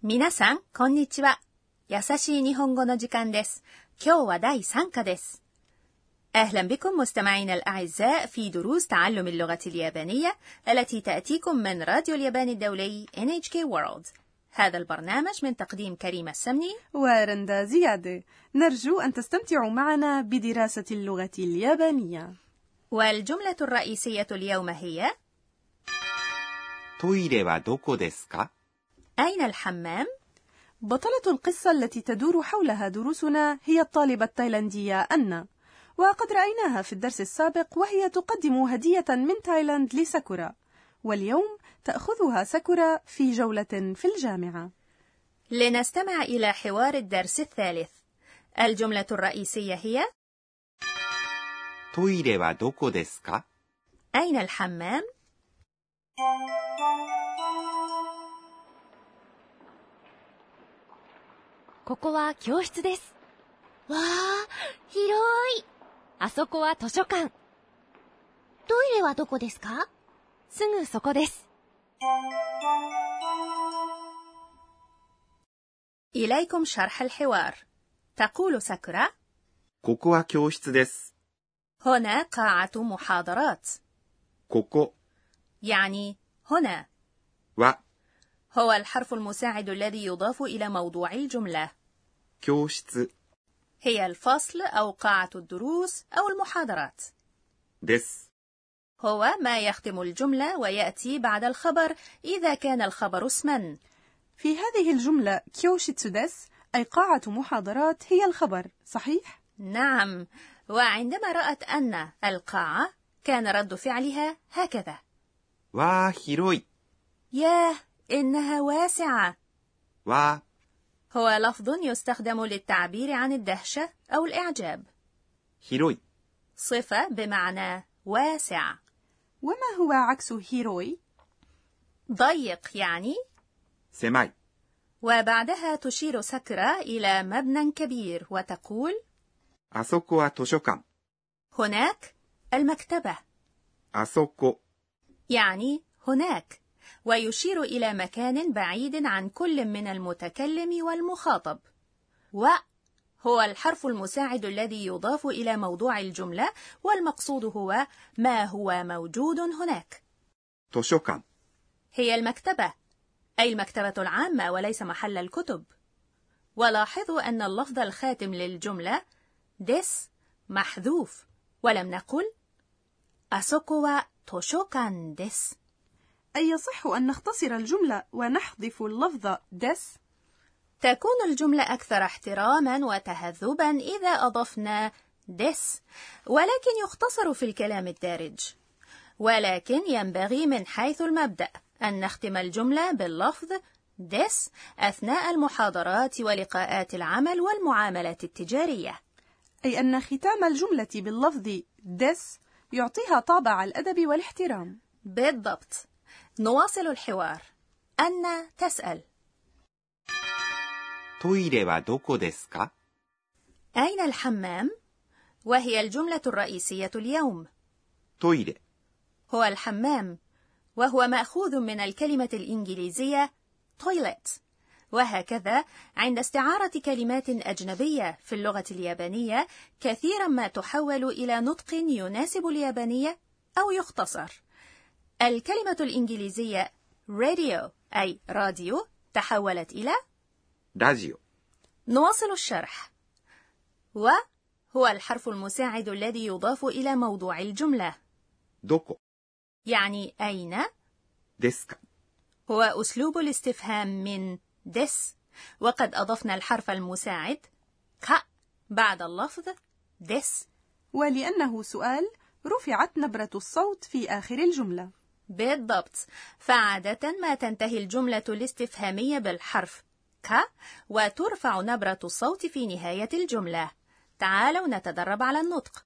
皆さん、こんにちは。優しい日本語の時間です。今日は第3課です。أهلا بكم مستمعينا الأعزاء في دروس تعلم اللغة اليابانية التي تأتيكم من راديو اليابان الدولي NHK World. هذا البرنامج من تقديم كريمة السمني ورندا زيادة. نرجو أن تستمتعوا معنا بدراسة اللغة اليابانية. والجملة الرئيسية اليوم هي トイレはどこですか؟ أين الحمام؟ بطلة القصة التي تدور حولها دروسنا هي الطالبة التايلاندية أنا، وقد رأيناها في الدرس السابق وهي تقدم هدية من تايلاند لساكورا، واليوم تأخذها ساكورا في جولة في الجامعة. لنستمع إلى حوار الدرس الثالث. الجملة الرئيسية هي トイレはどこですか？ أين الحمام؟ ここは教室です。わあ、広い。あそこは図書館。トイレはどこですか？すぐそこです。 إليكم شرح الحوار. تقول ساكورا ここは教室です。 هنا قاعة محاضرات. ここ يعني هنا は هو الحرف المساعد الذي يضاف إلى موضوع الجملة. 教室 هي الفصل أو قاعة الدروس أو المحاضرات. です。 هو ما يختم الجملة ويأتي بعد الخبر إذا كان الخبر اسما. في هذه الجملة كيوشيتسو ديس أي قاعة محاضرات هي الخبر، صحيح؟ نعم، وعندما رأت أن القاعة كان رد فعلها هكذا: わー広い ياه إنها واسعة. わ هو لفظ يستخدم للتعبير عن الدهشة أو الإعجاب. 広い صفة بمعنى واسع. وما هو عكس هيروي؟ ضيق يعني. 狭い وبعدها تشير ساكورا إلى مبنى كبير وتقول あそこは図書館 هناك المكتبة. あそこ يعني هناك، ويشير إلى مكان بعيد عن كل من المتكلم والمخاطب. هو الحرف المساعد الذي يضاف إلى موضوع الجملة، والمقصود هو ما هو موجود هناك. 図書館 هي المكتبة، أي المكتبة العامة وليس محل الكتب. ولاحظوا أن اللفظ الخاتم للجملة ديس محذوف، ولم نقل أسوكو وا توشوكان ديس. أي يصح أن نختصر الجملة ونحذف اللفظ ديس؟ تكون الجملة أكثر احتراما وتهذبا إذا أضفنا ديس، ولكن يختصر في الكلام الدارج. ولكن ينبغي من حيث المبدأ أن نختم الجملة باللفظ ديس أثناء المحاضرات ولقاءات العمل والمعاملات التجارية. أي أن ختام الجملة باللفظ ديس يعطيها طابع الأدب والاحترام. بالضبط. نواصل الحوار. أنا تسأل トイレはどこですか？ أين الحمام؟ وهي الجملة الرئيسية اليوم. トイレ هو الحمام، وهو مأخوذ من الكلمة الإنجليزية toilet. وهكذا عند استعارة كلمات أجنبية في اللغة اليابانية كثيرا ما تحول إلى نطق يناسب اليابانية أو يختصر. الكلمة الإنجليزية radio أي راديو تحولت إلى ラジオ نواصل الشرح. وهو الحرف المساعد الذي يضاف إلى موضوع الجملة. どこ يعني أين. ですか هو أسلوب الاستفهام من ديس، وقد أضفنا الحرف المساعد كا بعد اللفظ ديس. ولأنه سؤال رفعت نبرة الصوت في آخر الجملة. بالضبط، فعادة ما تنتهي الجملة الاستفهامية بالحرف كا وترفع نبرة الصوت في نهاية الجملة. تعالوا نتدرب على النطق.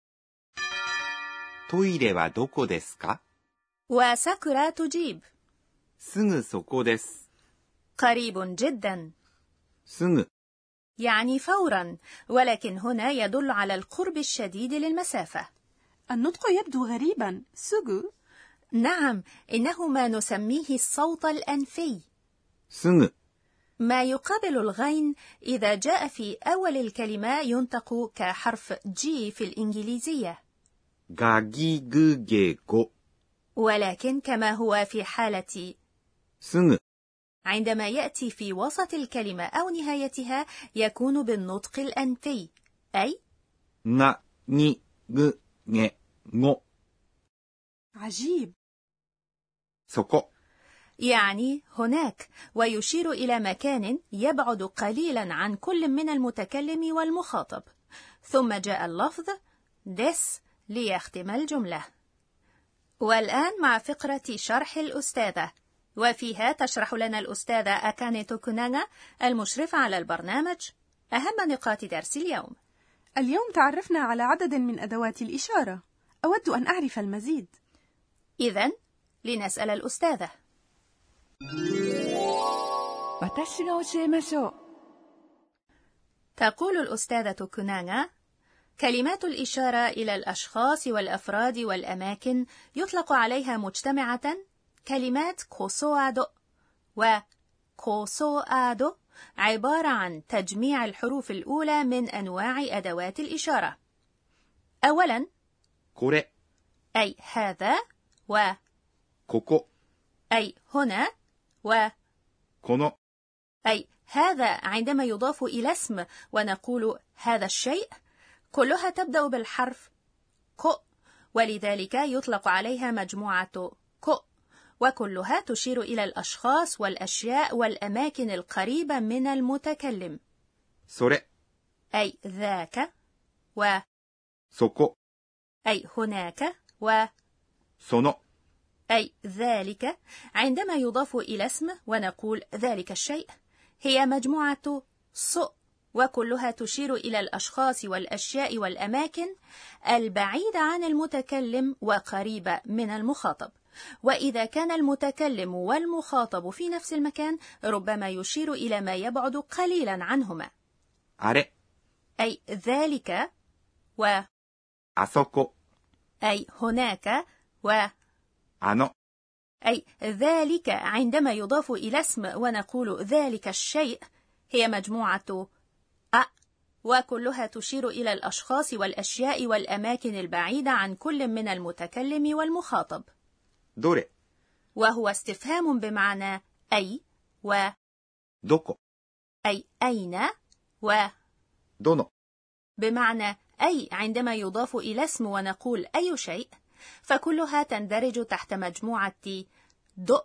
トイレはどこですか？ وساكورا تجيب すぐそこです。 قريب جدا، すぐ يعني فورا، ولكن هنا يدل على القرب الشديد للمسافة. النطق يبدو غريبا. سوغو. نعم، إنه ما نسميه الصوت الأنفي. すぐ ما يقابل الغين إذا جاء في أول الكلمة ينطق كحرف G في الإنجليزية، がぎぐげご ولكن كما هو في حالة すぐ عندما يأتي في وسط الكلمة أو نهايتها يكون بالنطق الأنفي، أي がぎぐげご عجيب. そこ يعني هناك، ويشير إلى مكان يبعد قليلا عن كل من المتكلم والمخاطب. ثم جاء اللفظ des ليختم الجملة. والآن مع فقرة شرح الأستاذة، وفيها تشرح لنا الأستاذة أكاني توكوناغا المشرفة على البرنامج أهم نقاط درس اليوم. اليوم تعرفنا على عدد من أدوات الإشارة. أود أن أعرف المزيد. إذن لنسأل الأستاذة. 私が教えましょう。 تقول الأستاذة توكوناغا: كلمات الإشارة إلى الأشخاص والأفراد والأماكن يطلق عليها مجتمعة كلمات كوسوادو، وكوسوادو عبارة عن تجميع الحروف الأولى من أنواع أدوات الإشارة. أولاً これ أي هذا، و ここ أي هنا، و この أي هذا عندما يضاف إلى اسم ونقول هذا الشيء، كلها تبدأ بالحرف كو، ولذلك يطلق عليها مجموعة كو، وكلها تشير إلى الأشخاص والأشياء والأماكن القريبة من المتكلم. それ أي ذاك، و そこ أي هناك، و その أي ذلك عندما يضاف إلى اسم ونقول ذلك الشيء هي مجموعة سو، وكلها تشير إلى الأشخاص والأشياء والأماكن البعيدة عن المتكلم وقريبة من المخاطب. وإذا كان المتكلم والمخاطب في نفس المكان ربما يشير إلى ما يبعد قليلا عنهما. あれ أي ذلك، و あそこ أي هناك، و あの أي ذلك عندما يضاف إلى اسم ونقول ذلك الشيء هي مجموعة أ، وكلها تشير إلى الأشخاص والأشياء والأماكن البعيدة عن كل من المتكلم والمخاطب. どれ وهو استفهام بمعنى أي، و どこ أي أين، و どの بمعنى أي عندما يضاف إلى اسم ونقول أي شيء، فكلها تندرج تحت مجموعة دو.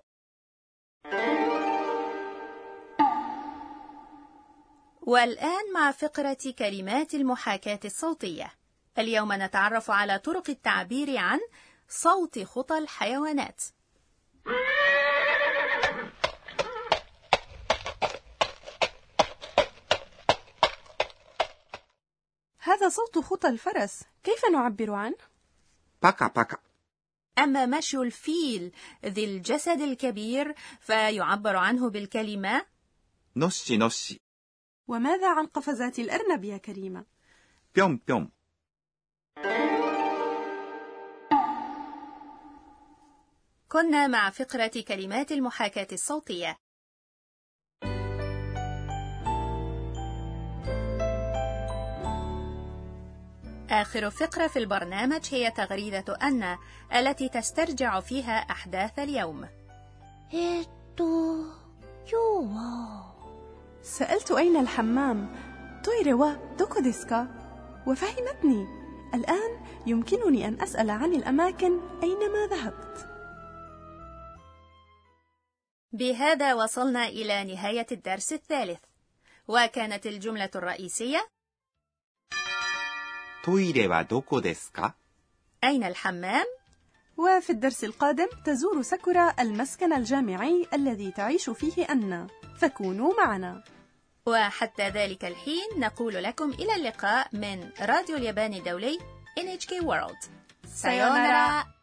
والآن مع فقرة كلمات المحاكاة الصوتية. اليوم نتعرف على طرق التعبير عن صوت خطى الحيوانات. هذا صوت خطى الفرس، كيف نعبر عنه؟ パカパカ أما مشي الفيل ذي الجسد الكبير فيعبر عنه بالكلمة のっしのっし وماذا عن قفزات الأرنب يا كريمة؟ ぴょんぴょん كنا مع فقرة كلمات المحاكاة الصوتية. آخر فقرة في البرنامج هي تغريدة أن التي تسترجع فيها أحداث اليوم. سألت أين الحمام تويري وا دوكو ديسكا، وفهمتني. الآن يمكنني أن أسأل عن الأماكن أينما ذهبت. بهذا وصلنا إلى نهاية الدرس الثالث، وكانت الجملة الرئيسية トイレはどこですか أين الحمام؟ وفي الدرس القادم تزور ساكورا المسكن الجامعي الذي تعيش فيه أن، فكونوا معنا. وحتى ذلك الحين نقول لكم إلى اللقاء من راديو اليابان الدولي NHK World. سايونارا.